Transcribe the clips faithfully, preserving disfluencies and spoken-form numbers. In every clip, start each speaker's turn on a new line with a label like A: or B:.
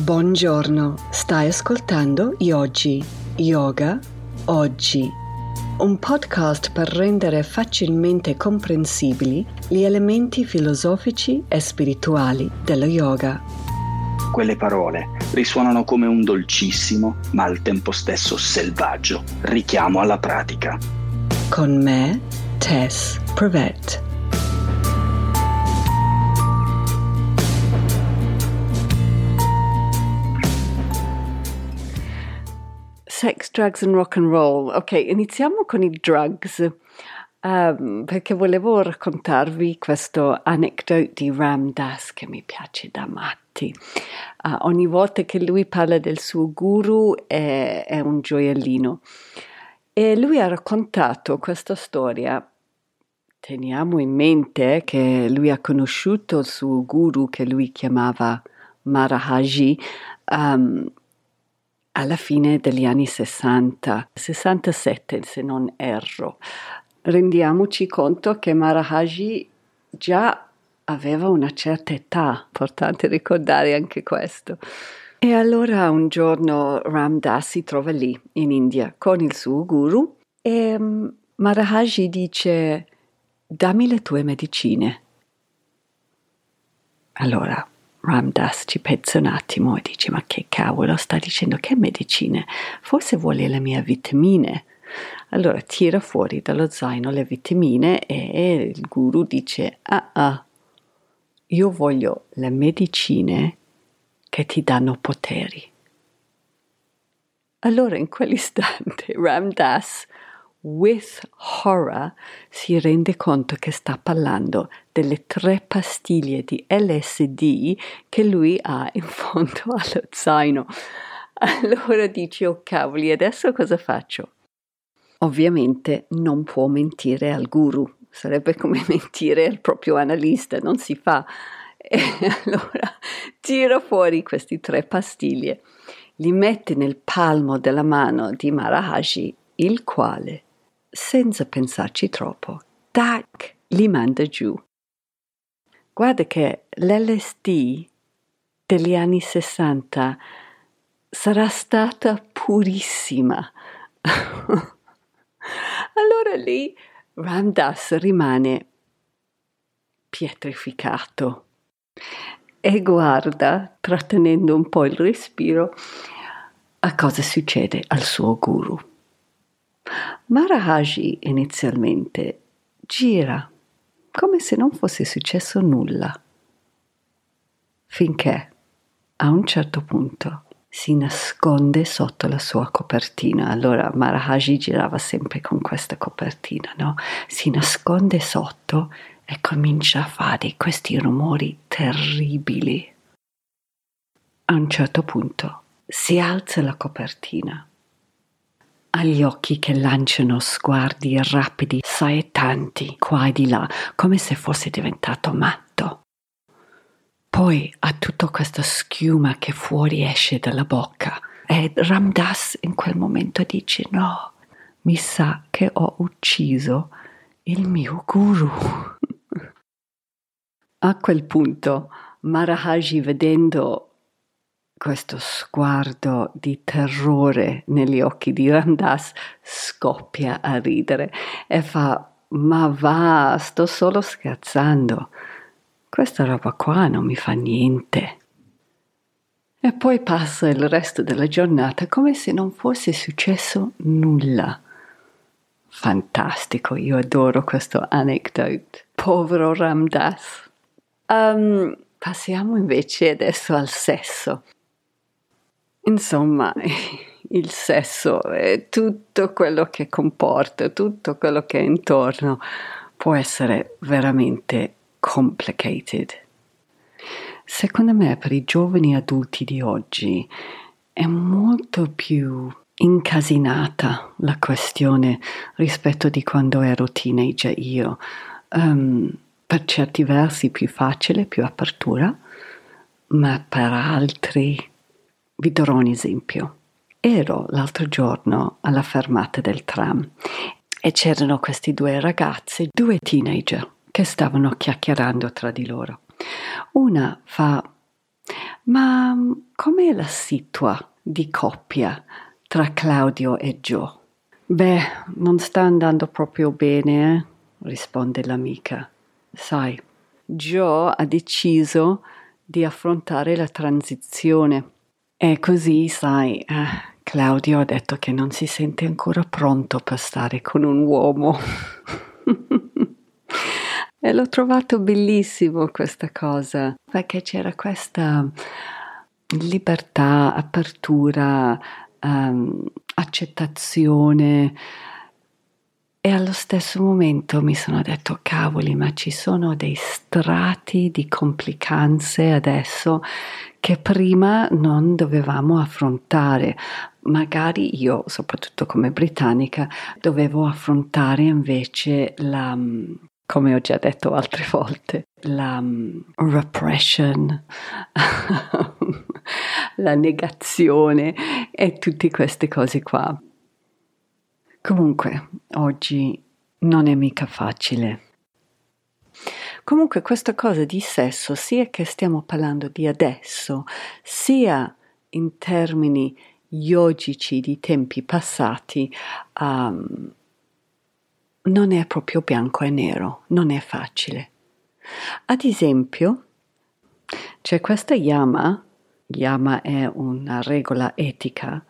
A: Buongiorno, stai ascoltando Yogi, Yoga Oggi, un podcast per rendere facilmente comprensibili gli elementi filosofici e spirituali dello yoga.
B: Quelle parole risuonano come un dolcissimo, ma al tempo stesso selvaggio, richiamo alla pratica.
A: Con me, Tess Prevet.
C: Sex, drugs and rock and roll. Ok, iniziamo con i drugs, um, perché volevo raccontarvi questo anecdote di Ram Dass che mi piace da matti. Uh, ogni volta che lui parla del suo guru è, è un gioiellino. E lui ha raccontato questa storia. Teniamo in mente che lui ha conosciuto il suo guru, che lui chiamava Maharaji, um, alla fine degli anni sessanta, sessantasette se non erro. Rendiamoci conto che Maharaji già aveva una certa età, importante ricordare anche questo. E allora un giorno Ram Dass si trova lì in India con il suo guru e um, Maharaji dice: dammi le tue medicine. Allora Ram Dass ci pensa un attimo e dice: ma che cavolo sta dicendo? Che medicine? Forse vuole le mie vitamine. Allora tira fuori dallo zaino le vitamine e il guru dice: ah ah, io voglio le medicine che ti danno poteri. Allora in quell'istante Ram Dass, with horror, si rende conto che sta parlando delle tre pastiglie di L S D che lui ha in fondo allo zaino. Allora dice: oh cavoli, adesso cosa faccio? Ovviamente non può mentire al guru, sarebbe come mentire al proprio analista, non si fa. E allora tira fuori questi tre pastiglie, li mette nel palmo della mano di Maharaji, il quale, senza pensarci troppo, tac, li manda giù. Guarda che l'L S D degli anni sessanta sarà stata purissima. Allora lì Ram Dass rimane pietrificato e guarda, trattenendo un po' il respiro, a cosa succede al suo guru. Maharaji inizialmente gira come se non fosse successo nulla, finché a un certo punto si nasconde sotto la sua copertina. Allora Maharaji girava sempre con questa copertina, no? Si nasconde sotto e comincia a fare questi rumori terribili. A un certo punto si alza la copertina. Ha gli occhi che lanciano sguardi rapidi, saettanti, qua e di là, come se fosse diventato matto. Poi ha tutta questa schiuma che fuori esce dalla bocca e Ram Dass in quel momento dice: no, mi sa che ho ucciso il mio guru. A quel punto Maharaji, vedendo questo sguardo di terrore negli occhi di Ram Dass, scoppia a ridere e fa: ma va, sto solo scherzando, questa roba qua non mi fa niente. E poi passa il resto della giornata come se non fosse successo nulla. Fantastico, io adoro questo anecdote. Povero Ram Dass. Um, passiamo invece adesso al sesso. Insomma, il sesso e tutto quello che comporta, tutto quello che è intorno, può essere veramente complicated. Secondo me, per i giovani adulti di oggi è molto più incasinata la questione rispetto di quando ero teenager io. Um, per certi versi più facile, più apertura, ma per altri. Vi darò un esempio. Ero l'altro giorno alla fermata del tram e c'erano questi due ragazze, due teenager, che stavano chiacchierando tra di loro. Una fa: Ma com'è la situa di coppia tra Claudio e Joe? Beh, non sta andando proprio bene, eh? Risponde l'amica. Sai, Joe ha deciso di affrontare la transizione e così, sai, eh, Claudio ha detto che non si sente ancora pronto per stare con un uomo. E l'ho trovato bellissimo questa cosa, perché c'era questa libertà, apertura, um, accettazione, e allo stesso momento mi sono detto, cavoli, ma ci sono dei strati di complicanze adesso che prima non dovevamo affrontare. Magari io, soprattutto come britannica, dovevo affrontare invece la, come ho già detto altre volte, la um, repression, la negazione e tutte queste cose qua. Comunque, oggi non è mica facile. Comunque, questa cosa di sesso, sia che stiamo parlando di adesso, sia in termini yogici di tempi passati, um, non è proprio bianco e nero, non è facile. Ad esempio, c'è questa yama, yama è una regola etica,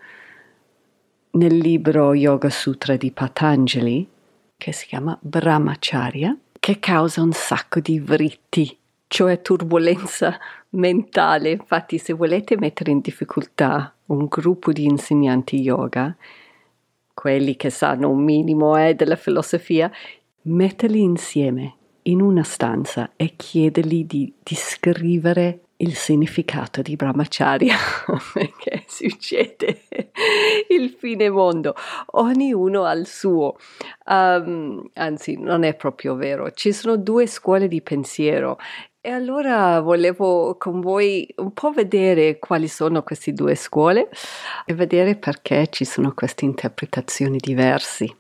C: nel libro Yoga Sutra di Patanjali, che si chiama Brahmacharya, che causa un sacco di vritti, cioè turbolenza mentale. Infatti, se volete mettere in difficoltà un gruppo di insegnanti yoga, quelli che sanno un minimo eh, della filosofia, metterli insieme in una stanza e chiedergli di, di scrivere il significato di Brahmacharya, perché succede il fine mondo, ognuno ha il suo. Um, anzi, non è proprio vero, ci sono due scuole di pensiero e allora volevo con voi un po' vedere quali sono queste due scuole e vedere perché ci sono queste interpretazioni diverse.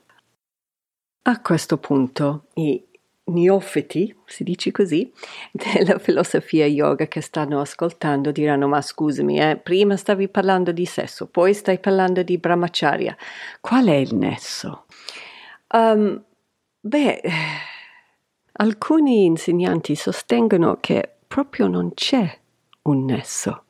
C: A questo punto i neofiti, si dice così, della filosofia yoga che stanno ascoltando diranno, ma scusami, eh, prima stavi parlando di sesso, poi stai parlando di Brahmacharya, qual è il nesso? Um, beh, alcuni insegnanti sostengono che proprio non c'è un nesso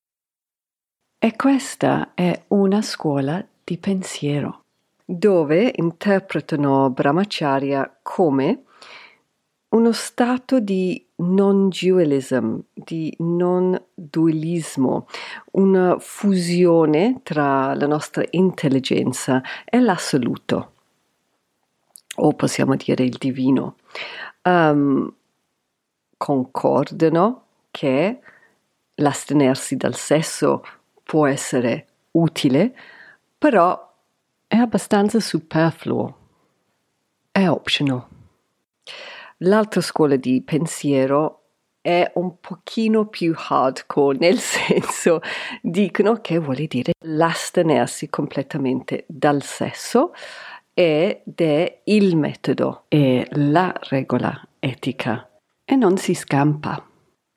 C: e questa è una scuola di pensiero dove interpretano Brahmacharya come uno stato di non-dualism, di non-dualismo, una fusione tra la nostra intelligenza e l'assoluto, o possiamo dire il divino. Um, concordano che l'astenersi dal sesso può essere utile, però è abbastanza superfluo, è optional. L'altra scuola di pensiero è un pochino più hardcore, nel senso dicono che vuole dire l'astenersi completamente dal sesso ed è il metodo, è la regola etica e non si scampa.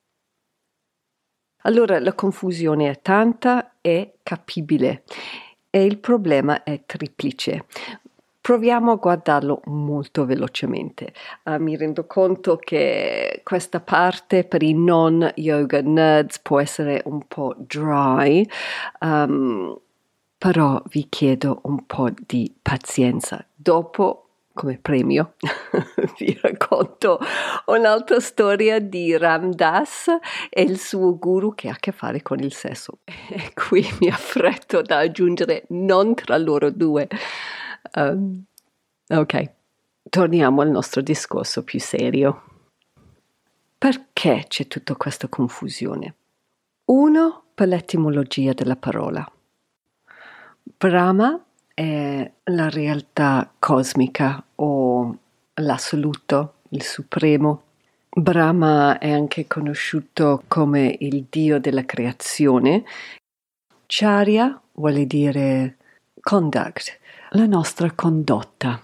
C: Allora la confusione è tanta e capibile e il problema è triplice. Proviamo a guardarlo molto velocemente. Uh, mi rendo conto che questa parte per i non yoga nerds può essere un po' dry, um, però vi chiedo un po' di pazienza. Dopo, come premio, vi racconto un'altra storia di Ram Dass e il suo guru che ha a che fare con il sesso. E qui mi affretto da aggiungere non tra loro due. Um, ok, torniamo al nostro discorso più serio. Perché c'è tutta questa confusione? Uno, per l'etimologia della parola. Brahma è la realtà cosmica o l'assoluto, il supremo. Brahma è anche conosciuto come il dio della creazione. Charya vuole dire conduct, la nostra condotta.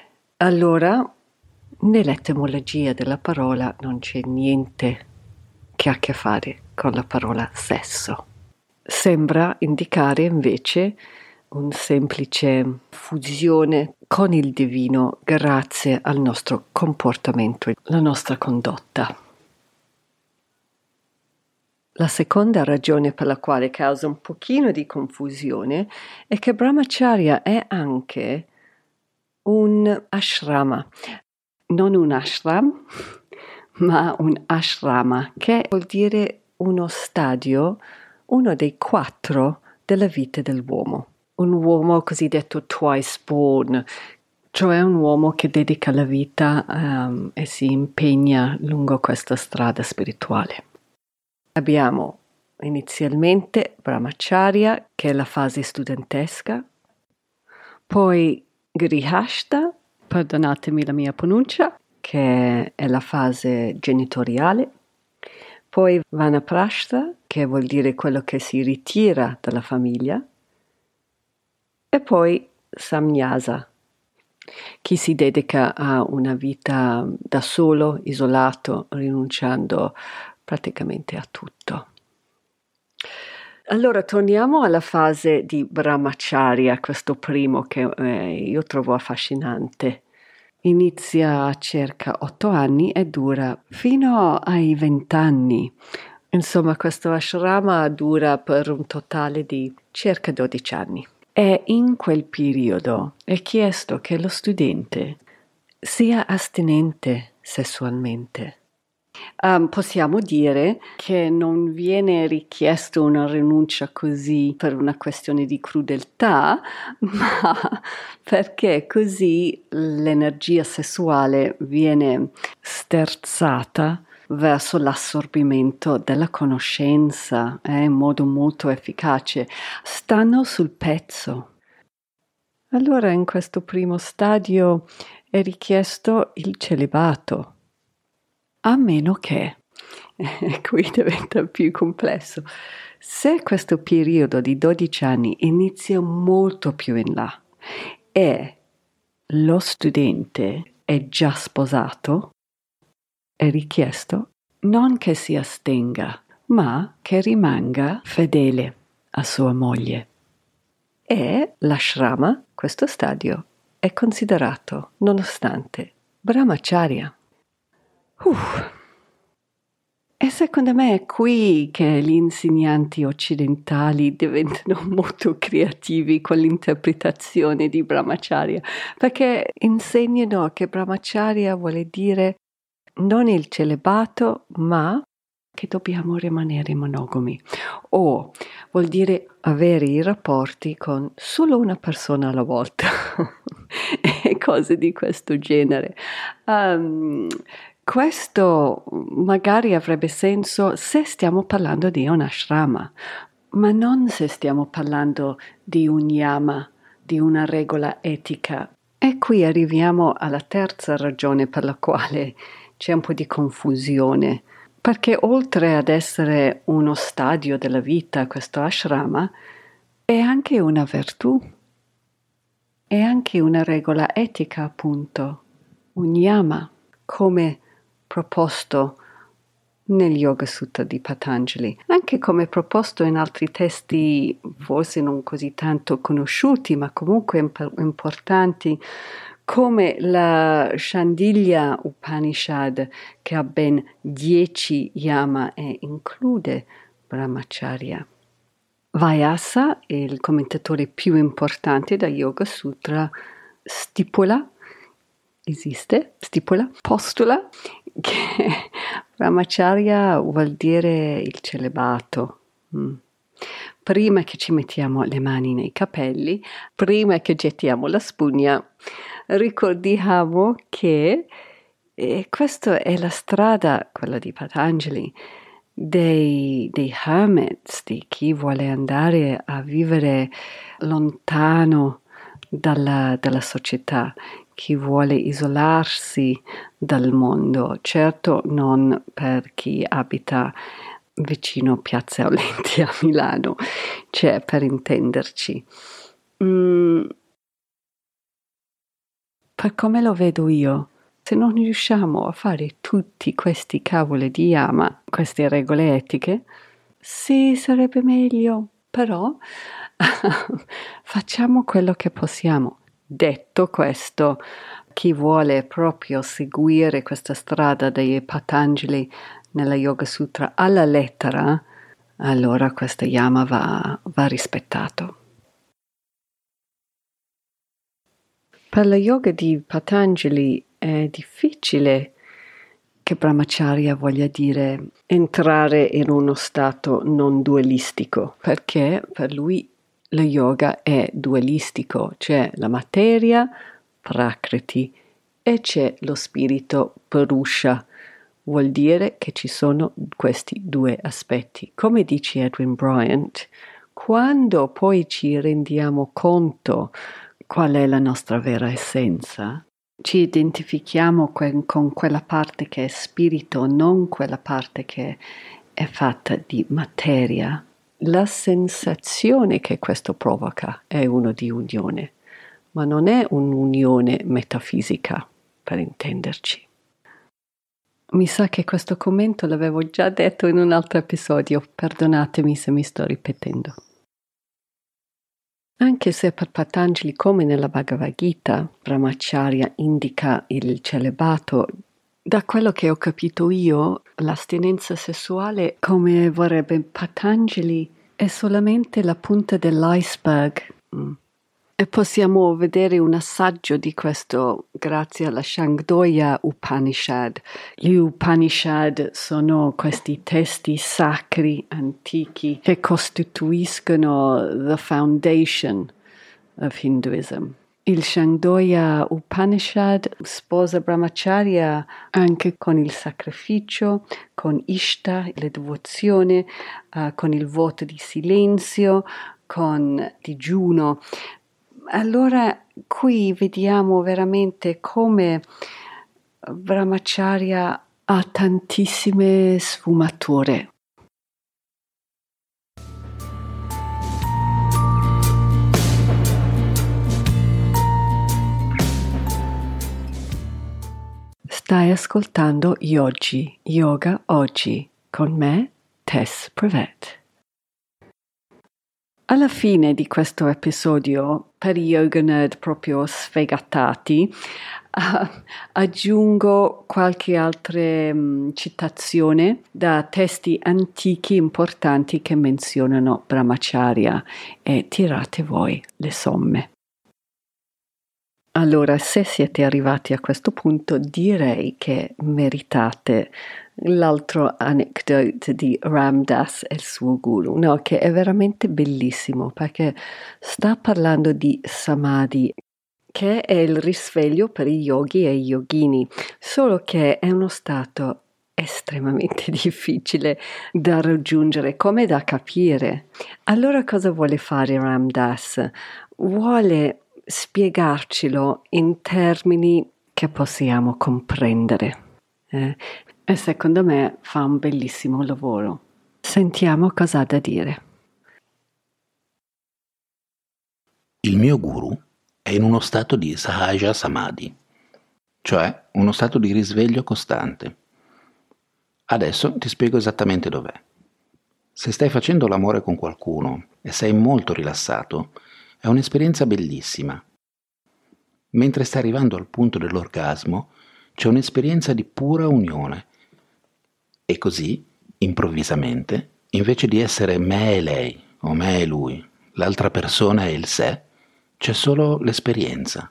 C: Allora, nell'etimologia della parola non c'è niente che ha a che fare con la parola sesso. Sembra indicare invece un semplice fusione con il divino grazie al nostro comportamento, la nostra condotta. La seconda ragione per la quale causa un pochino di confusione è che Brahmacharya è anche un ashrama, non un ashram, ma un ashrama, che vuol dire uno stadio, uno dei quattro della vita dell'uomo. Un uomo cosiddetto twice born, cioè un uomo che dedica la vita um, e si impegna lungo questa strada spirituale. Abbiamo inizialmente Brahmacharya, che è la fase studentesca, poi Grihastha, perdonatemi la mia pronuncia, che è la fase genitoriale, poi Vanaprastha, che vuol dire quello che si ritira dalla famiglia, e poi Sannyasa, chi si dedica a una vita da solo, isolato, rinunciando praticamente a tutto. Allora torniamo alla fase di Brahmacharya, questo primo che eh, io trovo affascinante. Inizia a circa otto anni e dura fino ai vent'anni. Insomma, questo ashrama dura per un totale di circa dodici anni. E in quel periodo è chiesto che lo studente sia astinente sessualmente. Um, possiamo dire che non viene richiesto una rinuncia così per una questione di crudeltà, ma perché così l'energia sessuale viene sterzata verso l'assorbimento della conoscenza eh, in modo molto efficace. Stanno sul pezzo. Allora in questo primo stadio è richiesto il celibato. A meno che, eh, qui diventa più complesso, se questo periodo di dodici anni inizia molto più in là e lo studente è già sposato, è richiesto non che si astenga, ma che rimanga fedele a sua moglie. E l'ashrama, questo stadio, è considerato, nonostante, Brahmacharya. Uff. E secondo me è qui che gli insegnanti occidentali diventano molto creativi con l'interpretazione di Brahmacharya, perché insegnano che Brahmacharya vuole dire non il celibato, ma che dobbiamo rimanere monogami, o vuol dire avere i rapporti con solo una persona alla volta e cose di questo genere. Um, questo magari avrebbe senso se stiamo parlando di un ashrama, ma non se stiamo parlando di un yama, di una regola etica. E qui arriviamo alla terza ragione per la quale c'è un po' di confusione, perché oltre ad essere uno stadio della vita, questo ashrama è anche una virtù, è anche una regola etica, appunto, un yama, come proposto negli Yoga Sutra di Patanjali, anche come proposto in altri testi forse non così tanto conosciuti, ma comunque imp- importanti, come la Shandilya Upanishad, che ha ben dieci yama e include Brahmacharya. Vyasa, il commentatore più importante da Yoga Sutra, stipula, esiste, stipula, postula, che Brahmacharya vuol dire il celibato. Mm. Prima che ci mettiamo le mani nei capelli, prima che gettiamo la spugna, ricordiamo che eh, questa è la strada, quella di Patanjali, dei, dei hermits, di chi vuole andare a vivere lontano dalla, dalla società, chi vuole isolarsi dal mondo, certo non per chi abita vicino Piazza Aulenti a Milano, cioè per intenderci. Mm, per come lo vedo io, Se non riusciamo a fare tutti questi cavoli di yama, queste regole etiche, sì, sarebbe meglio, però facciamo quello che possiamo. Detto questo, chi vuole proprio seguire questa strada dei Patanjali nella Yoga Sutra alla lettera, allora questo yama va, va rispettato. Per la yoga di Patanjali è difficile che Brahmacharya voglia dire entrare in uno stato non dualistico, perché per lui lo yoga è dualistico, c'è la materia, prakriti, e c'è lo spirito, purusha. Vuol dire che ci sono questi due aspetti. Come dice Edwin Bryant, quando poi ci rendiamo conto qual è la nostra vera essenza, ci identifichiamo con quella parte che è spirito, non quella parte che è fatta di materia. La sensazione che questo provoca è una di unione, ma non è un'unione metafisica, per intenderci. Mi sa che questo commento l'avevo già detto in un altro episodio, perdonatemi se mi sto ripetendo. Anche se per Patanjali, come nella Bhagavad Gita, Brahmacharya indica il celibato, da quello che ho capito io, l'astinenza sessuale, come vorrebbe Patanjali, è solamente la punta dell'iceberg. Mm. E possiamo vedere un assaggio di questo grazie alla Shandogya Upanishad. Gli Upanishad sono questi testi sacri antichi che costituiscono the foundation of Hinduism. Il Shandogya Upanishad sposa Brahmacharya anche con il sacrificio, con Ishta, la devozione, uh, con il voto di silenzio, con digiuno. Allora qui vediamo veramente come Brahmacharya ha tantissime sfumature. Stai ascoltando Yogi, Yoga Oggi, con me, Tess Prevet. Alla fine di questo episodio, per i yoga nerd proprio sfegatati, uh, aggiungo qualche altra um, citazione da testi antichi importanti che menzionano Brahmacharya e tirate voi le somme. Allora, se siete arrivati a questo punto, direi che meritate l'altro anecdote di Ram Dass e il suo guru, no? Che è veramente bellissimo perché sta parlando di samadhi, che è il risveglio per i yogi e i yogini, solo che è uno stato estremamente difficile da raggiungere, come da capire. Allora cosa vuole fare Ram Dass? Vuole spiegarcelo in termini che possiamo comprendere. Eh? E secondo me fa un bellissimo lavoro. Sentiamo cosa ha da dire.
D: Il mio guru è in uno stato di Sahaja Samadhi, cioè uno stato di risveglio costante. Adesso ti spiego esattamente dov'è. Se stai facendo l'amore con qualcuno e sei molto rilassato, è un'esperienza bellissima. Mentre stai arrivando al punto dell'orgasmo, c'è un'esperienza di pura unione. E così, improvvisamente, invece di essere me e lei, o me e lui, l'altra persona e il sé, c'è solo l'esperienza.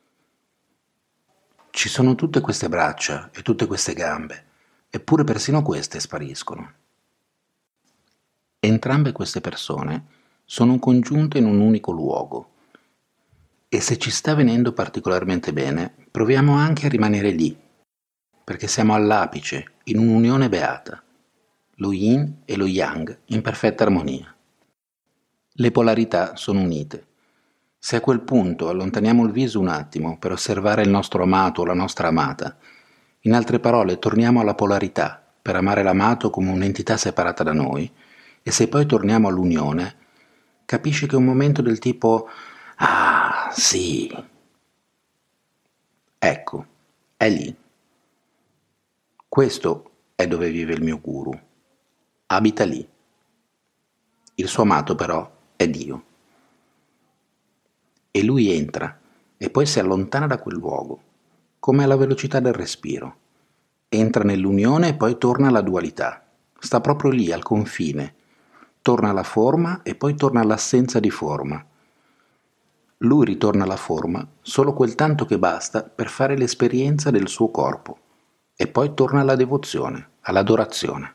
D: Ci sono tutte queste braccia e tutte queste gambe, eppure persino queste spariscono. Entrambe queste persone sono congiunte in un unico luogo. E se ci sta venendo particolarmente bene, proviamo anche a rimanere lì, perché siamo all'apice, in un'unione beata, lo yin e lo yang in perfetta armonia. Le polarità sono unite. Se a quel punto allontaniamo il viso un attimo per osservare il nostro amato o la nostra amata, in altre parole torniamo alla polarità per amare l'amato come un'entità separata da noi, e se poi torniamo all'unione, capisci che è un momento del tipo «Ah, sì!» Ecco, è lì, Questo è dove vive il mio guru. Abita lì. Il suo amato però è Dio. E lui entra e poi si allontana da quel luogo, come alla velocità del respiro. Entra nell'unione e poi torna alla dualità. Sta proprio lì, al confine. Torna alla forma e poi torna all'assenza di forma. Lui ritorna alla forma solo quel tanto che basta per fare l'esperienza del suo corpo e poi torna alla devozione, all'adorazione.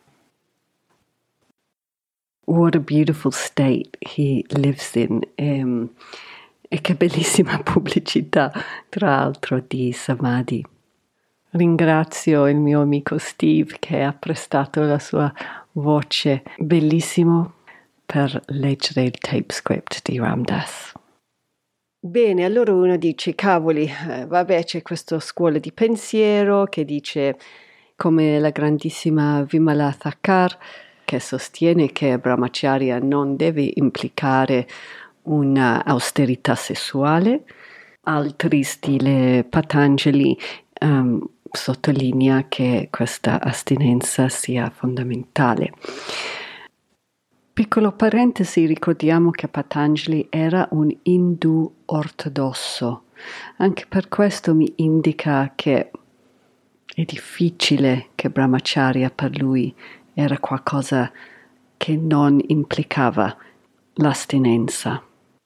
C: What a beautiful state he lives in. Um, e che bellissima pubblicità, tra l'altro, di Samadhi. Ringrazio il mio amico Steve che ha prestato la sua voce bellissimo per leggere il tape script di Ram Dass. Bene, allora uno dice, cavoli, eh, vabbè, c'è questa scuola di pensiero che dice, come la grandissima Vimala Thakkar, che sostiene che Brahmacharya non deve implicare una austerità sessuale. Altri, stile Patanjali, um, sottolinea che questa astinenza sia fondamentale. Piccolo parentesi, ricordiamo che Patanjali era un Hindu ortodosso. Anche per questo mi indica che è difficile che Brahmacharya per lui era qualcosa che non implicava l'astinenza.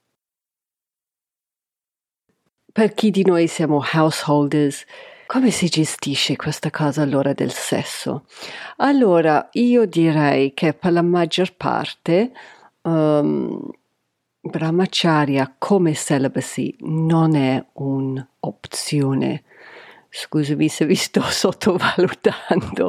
C: Per chi di noi siamo householders, come si gestisce questa cosa allora del sesso? Allora, io direi che per la maggior parte um, Brahmacharya come celibacy non è un'opzione. Scusami se vi sto sottovalutando.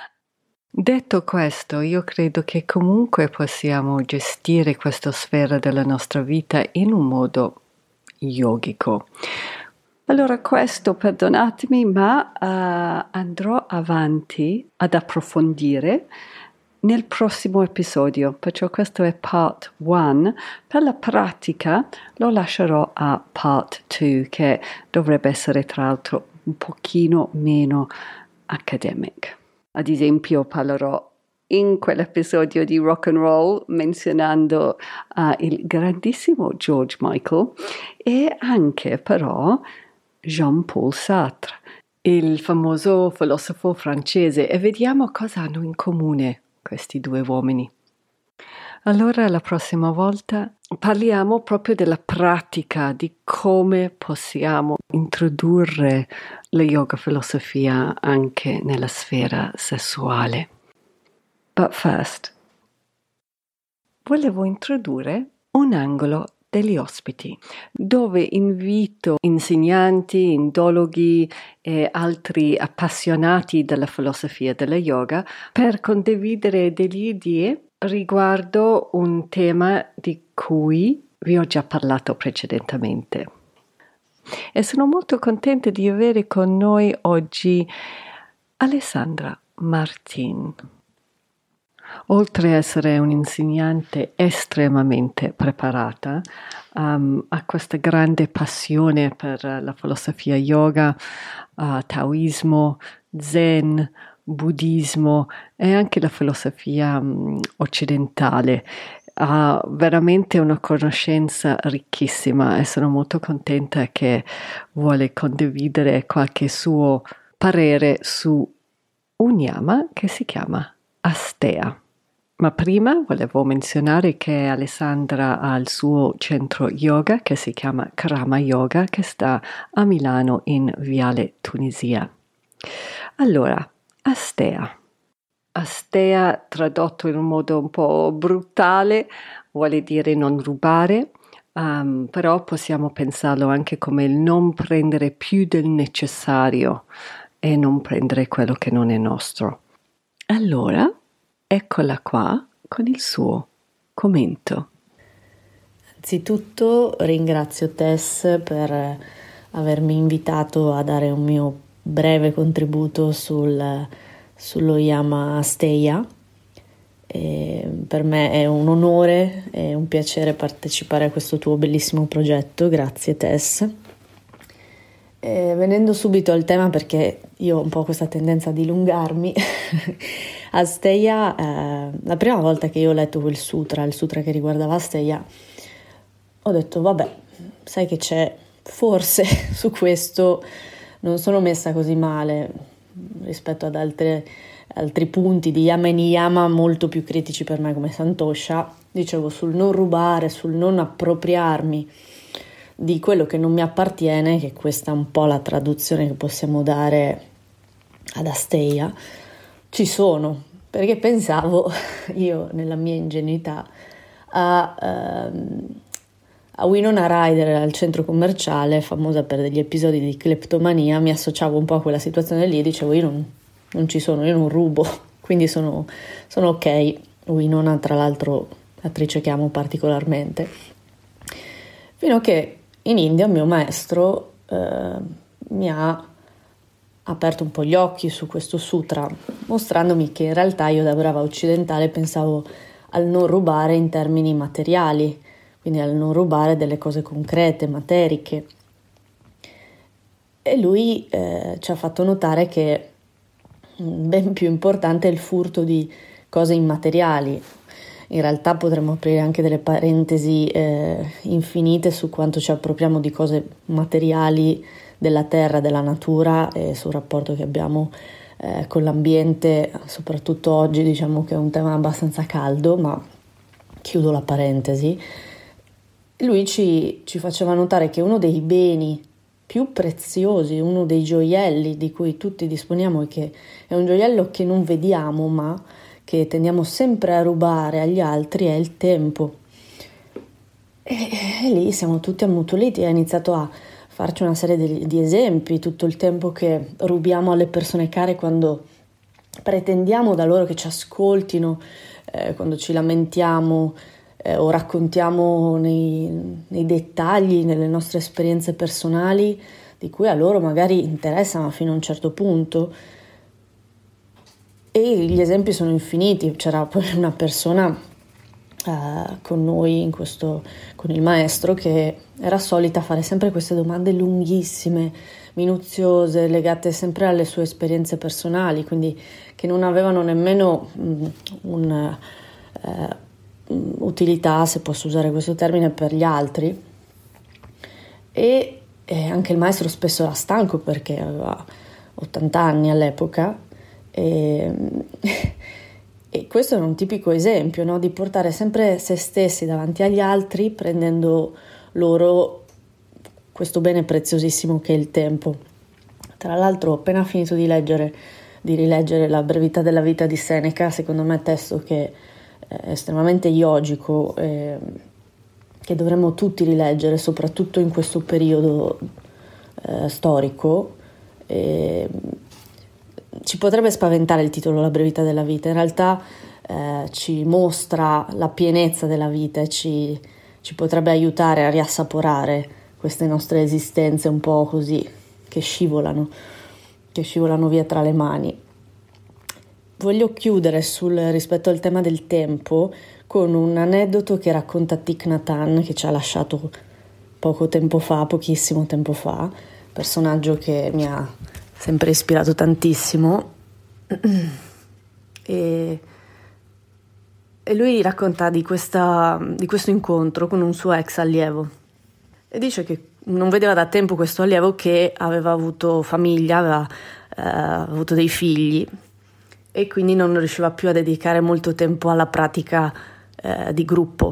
C: Detto questo, io credo che comunque possiamo gestire questa sfera della nostra vita in un modo yogico. Allora questo, perdonatemi, ma uh, andrò avanti ad approfondire nel prossimo episodio, perciò questo è part one. Per la pratica lo lascerò a part two, che dovrebbe essere tra l'altro un pochino meno academic. Ad esempio parlerò in quell'episodio di Rock and Roll menzionando uh, il grandissimo George Michael e anche però Jean-Paul Sartre, il famoso filosofo francese, e vediamo cosa hanno in comune questi due uomini. Allora la prossima volta parliamo proprio della pratica, di come possiamo introdurre la yoga filosofia anche nella sfera sessuale. But first, volevo introdurre un angolo degli ospiti, dove invito insegnanti, indologhi e altri appassionati della filosofia della yoga per condividere delle idee riguardo un tema di cui vi ho già parlato precedentemente. E sono molto contenta di avere con noi oggi Alessandra Martin. Oltre a essere un'insegnante estremamente preparata, um, ha questa grande passione per la filosofia yoga, uh, taoismo, zen, buddismo e anche la filosofia um, occidentale. Ha veramente una conoscenza ricchissima e sono molto contenta che vuole condividere qualche suo parere su un yama che si chiama Asteya. Ma prima volevo menzionare che Alessandra ha il suo centro yoga che si chiama Karama Yoga, che sta a Milano in Viale Tunisia. Allora, Asteya. Asteya, tradotto in un modo un po' brutale, vuole dire non rubare, um, però possiamo pensarlo anche come il non prendere più del necessario e non prendere quello che non è nostro. Allora, eccola qua con il suo commento.
E: Anzitutto ringrazio Tess per avermi invitato a dare un mio breve contributo sul, sullo yama Asteya. E per me è un onore e un piacere partecipare a questo tuo bellissimo progetto, grazie Tess. E venendo subito al tema, perché io ho un po' questa tendenza a dilungarmi. Asteya, eh, la prima volta che io ho letto quel sutra, il sutra che riguardava Asteya, ho detto vabbè, sai che c'è, forse su questo non sono messa così male rispetto ad altre, altri punti di Yama e Niyama molto più critici per me come Santosha. Dicevo, sul non rubare, sul non appropriarmi di quello che non mi appartiene, che questa è un po' la traduzione che possiamo dare ad Asteya, ci sono, perché pensavo io nella mia ingenuità a, uh, a Winona Ryder al centro commerciale, famosa per degli episodi di cleptomania. Mi associavo un po' a quella situazione lì e dicevo io non, non ci sono, io non rubo, quindi sono, sono ok. Winona, tra l'altro, attrice che amo particolarmente, fino a che in India un mio maestro eh, mi ha aperto un po' gli occhi su questo sutra, mostrandomi che in realtà io da brava occidentale pensavo al non rubare in termini materiali, quindi al non rubare delle cose concrete, materiche. E lui eh, ci ha fatto notare che ben più importante è il furto di cose immateriali. In realtà potremmo aprire anche delle parentesi eh, infinite su quanto ci appropriamo di cose materiali della terra, della natura e sul rapporto che abbiamo eh, con l'ambiente, soprattutto oggi. Diciamo che è un tema abbastanza caldo, ma chiudo la parentesi. Lui ci, ci faceva notare che uno dei beni più preziosi, uno dei gioielli di cui tutti disponiamo, e che è un gioiello che non vediamo ma che tendiamo sempre a rubare agli altri, è il tempo. E, e lì siamo tutti ammutoliti. Ha iniziato a farci una serie di, di esempi, tutto il tempo che rubiamo alle persone care quando pretendiamo da loro che ci ascoltino, eh, quando ci lamentiamo eh, o raccontiamo nei, nei dettagli, nelle nostre esperienze personali, di cui a loro magari interessano fino a un certo punto. E gli esempi sono infiniti. C'era poi una persona uh, con noi, in questo, con il maestro, che era solita fare sempre queste domande lunghissime, minuziose, legate sempre alle sue esperienze personali, quindi che non avevano nemmeno um, un, uh, utilità, se posso usare questo termine, per gli altri. E, e anche il maestro spesso era stanco perché aveva ottanta anni all'epoca. E, e questo è un tipico esempio, no? Di portare sempre se stessi davanti agli altri, prendendo loro questo bene preziosissimo che è il tempo. Tra l'altro ho appena finito di leggere, di rileggere La brevità della vita di Seneca, secondo me testo che è estremamente yogico, eh, che dovremmo tutti rileggere, soprattutto in questo periodo eh, storico. E, ci potrebbe spaventare il titolo La brevità della vita, in realtà eh, ci mostra la pienezza della vita e ci, ci potrebbe aiutare a riassaporare queste nostre esistenze un po' così, che scivolano, che scivolano via tra le mani. Voglio chiudere sul rispetto al tema del tempo con un aneddoto che racconta Thich Nhat Hanh, che ci ha lasciato poco tempo fa, pochissimo tempo fa, personaggio che mi ha sempre ispirato tantissimo. e, e lui racconta di, questa, di questo incontro con un suo ex allievo e dice che non vedeva da tempo questo allievo, che aveva avuto famiglia, aveva eh, avuto dei figli e quindi non riusciva più a dedicare molto tempo alla pratica eh, di gruppo.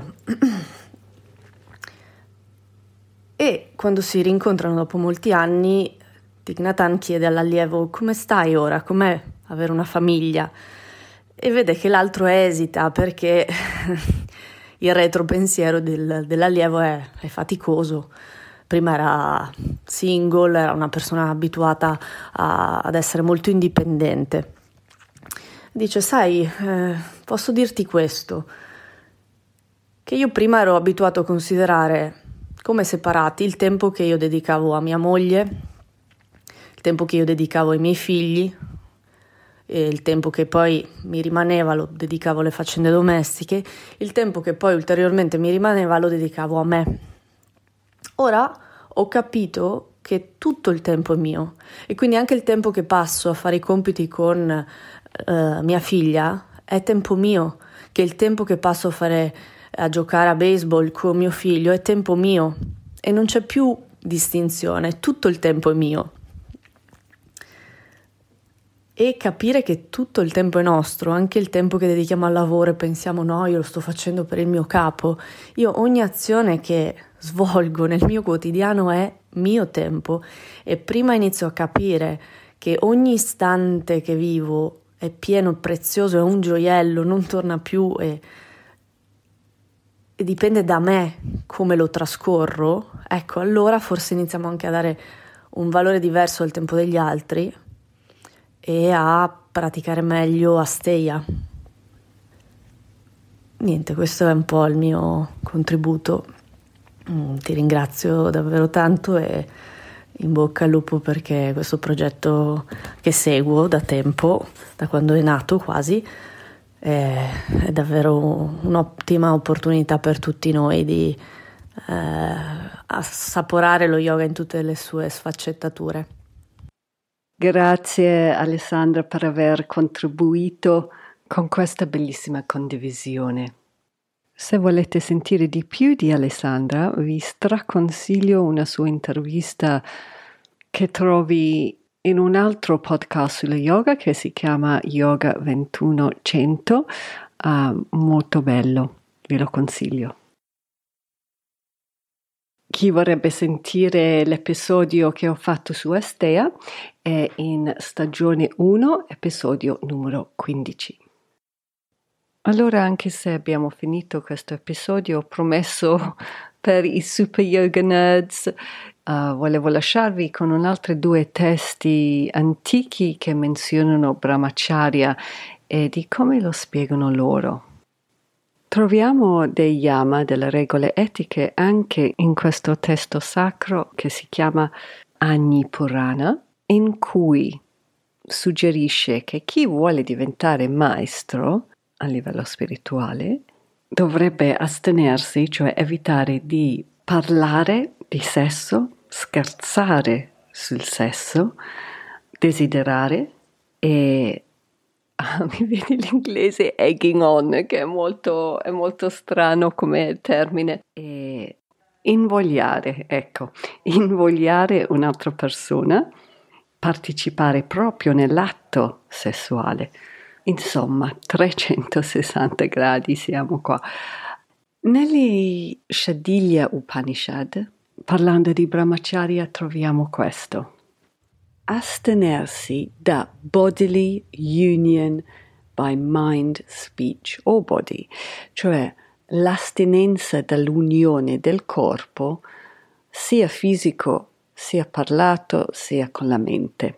E: E quando si rincontrano dopo molti anni, Thich Nhat Hanh chiede all'allievo: come stai ora? Com'è avere una famiglia? E vede che l'altro esita, perché il retropensiero del, dell'allievo è, è faticoso. Prima era single, era una persona abituata a, ad essere molto indipendente. Dice: sai, eh, posso dirti questo, che io prima ero abituato a considerare come separati il tempo che io dedicavo a mia moglie, tempo che io dedicavo ai miei figli e il tempo che poi mi rimaneva lo dedicavo alle faccende domestiche, il tempo che poi ulteriormente mi rimaneva lo dedicavo a me. Ora ho capito che tutto il tempo è mio e quindi anche il tempo che passo a fare i compiti con uh, mia figlia è tempo mio, che il tempo che passo a fare a giocare a baseball con mio figlio è tempo mio e non c'è più distinzione, tutto il tempo è mio. E capire che tutto il tempo è nostro, anche il tempo che dedichiamo al lavoro e pensiamo no, io lo sto facendo per il mio capo. Io ogni azione che svolgo nel mio quotidiano è mio tempo e prima inizio a capire che ogni istante che vivo è pieno, prezioso, è un gioiello, non torna più e, e dipende da me come lo trascorro, ecco, allora forse iniziamo anche a dare un valore diverso al tempo degli altri e a praticare meglio Asteya. Niente, questo è un po' il mio contributo. Mm, ti ringrazio davvero tanto e in bocca al lupo perché questo progetto che seguo da tempo, da quando è nato quasi, è, è davvero un'ottima opportunità per tutti noi di eh, assaporare lo yoga in tutte le sue sfaccettature.
C: Grazie Alessandra per aver contribuito con questa bellissima condivisione. Se volete sentire di più di Alessandra, vi straconsiglio una sua intervista che trovi in un altro podcast sullo yoga che si chiama Yoga ventuno cento, uh, molto bello, ve lo consiglio. Chi vorrebbe sentire l'episodio che ho fatto su Asteya è in stagione uno, episodio numero quindici. Allora, anche se abbiamo finito questo episodio, ho promesso per i Super Yoga Nerds, uh, volevo lasciarvi con un altri due testi antichi che menzionano Brahmacharya e di come lo spiegano loro. Troviamo dei yama, delle regole etiche, anche in questo testo sacro che si chiama Agni Purana, in cui suggerisce che chi vuole diventare maestro a livello spirituale dovrebbe astenersi, cioè evitare di parlare di sesso, scherzare sul sesso, desiderare e ah, mi viene l'inglese egging on, che è molto, è molto strano come termine, e invogliare, ecco, invogliare un'altra persona, partecipare proprio nell'atto sessuale. Insomma, trecentosessanta gradi siamo qua. Negli Shandilya Upanishad, parlando di Brahmacharya, troviamo questo. Astenersi da bodily union by mind, speech or body, cioè l'astinenza dall'unione del corpo, sia fisico, sia parlato, sia con la mente.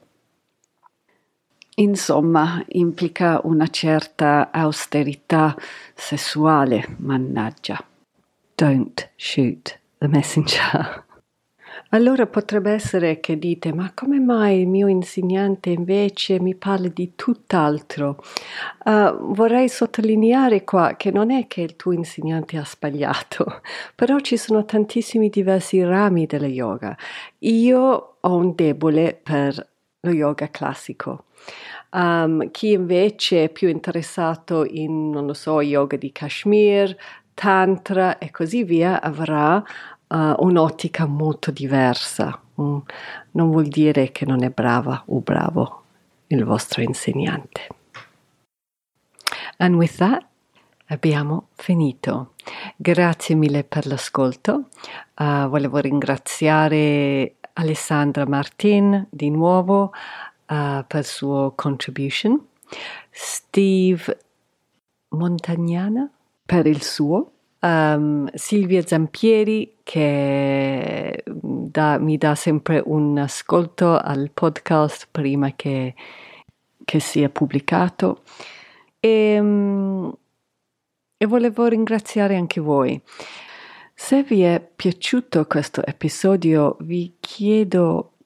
C: Insomma, implica una certa austerità sessuale, mannaggia. Don't shoot the messenger. Allora potrebbe essere che dite, ma come mai il mio insegnante invece mi parla di tutt'altro? Uh, vorrei sottolineare qua che non è che il tuo insegnante ha sbagliato, però ci sono tantissimi diversi rami dello yoga. Io ho un debole per lo yoga classico. Um, chi invece è più interessato in, non lo so, yoga di Kashmir, tantra e così via, avrà uh, un'ottica molto diversa. Mm. Non vuol dire che non è brava o bravo il vostro insegnante. And with that, abbiamo finito. Grazie mille per l'ascolto. Uh, volevo ringraziare Alessandra Martin di nuovo Uh, per il suo contribution, Steve Montagnana per il suo, um, Silvia Zampieri che da, mi dà sempre un ascolto al podcast prima che, che sia pubblicato e, um, e volevo ringraziare anche voi. Se vi è piaciuto questo episodio vi chiedo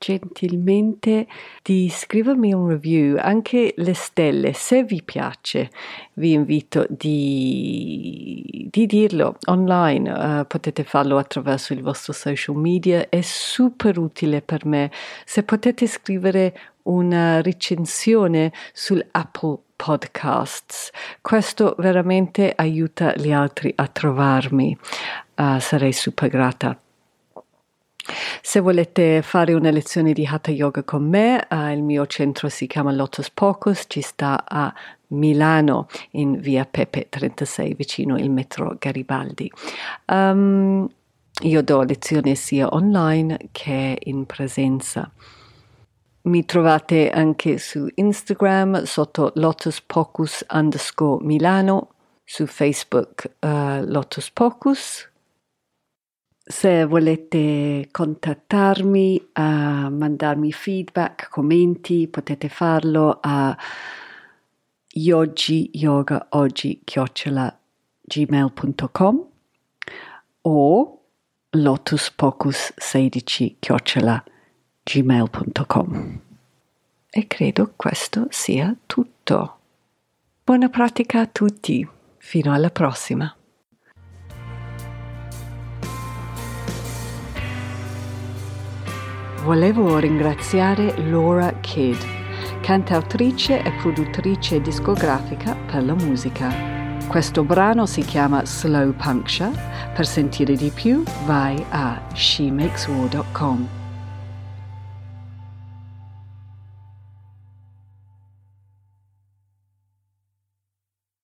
C: gentilmente di scrivermi un review, anche le stelle, se vi piace. Vi invito di, di dirlo online, uh, potete farlo attraverso il vostro social media, è super utile per me. Se potete scrivere una recensione sull'Apple Podcasts, questo veramente aiuta gli altri a trovarmi, uh, sarei super grata. Se volete fare una lezione di Hatha Yoga con me, uh, il mio centro si chiama Lotus Pocus, ci sta a Milano in via Pepe trentasei vicino il metro Garibaldi. Um, io do lezioni sia online che in presenza. Mi trovate anche su Instagram sotto Lotus Pocus underscore Milano, su Facebook uh, Lotus Pocus. Se volete contattarmi, uh, mandarmi feedback, commenti, potete farlo a yogi yoga oggi chiocciola gmail punto com o lotuspocus sedici chiocciola gmail punto com. E credo questo sia tutto. Buona pratica a tutti. Fino alla prossima. Volevo ringraziare Laura Kidd, cantautrice e produttrice discografica per la musica. Questo brano si chiama Slow Puncture. Per sentire di più vai a she makes war dot com.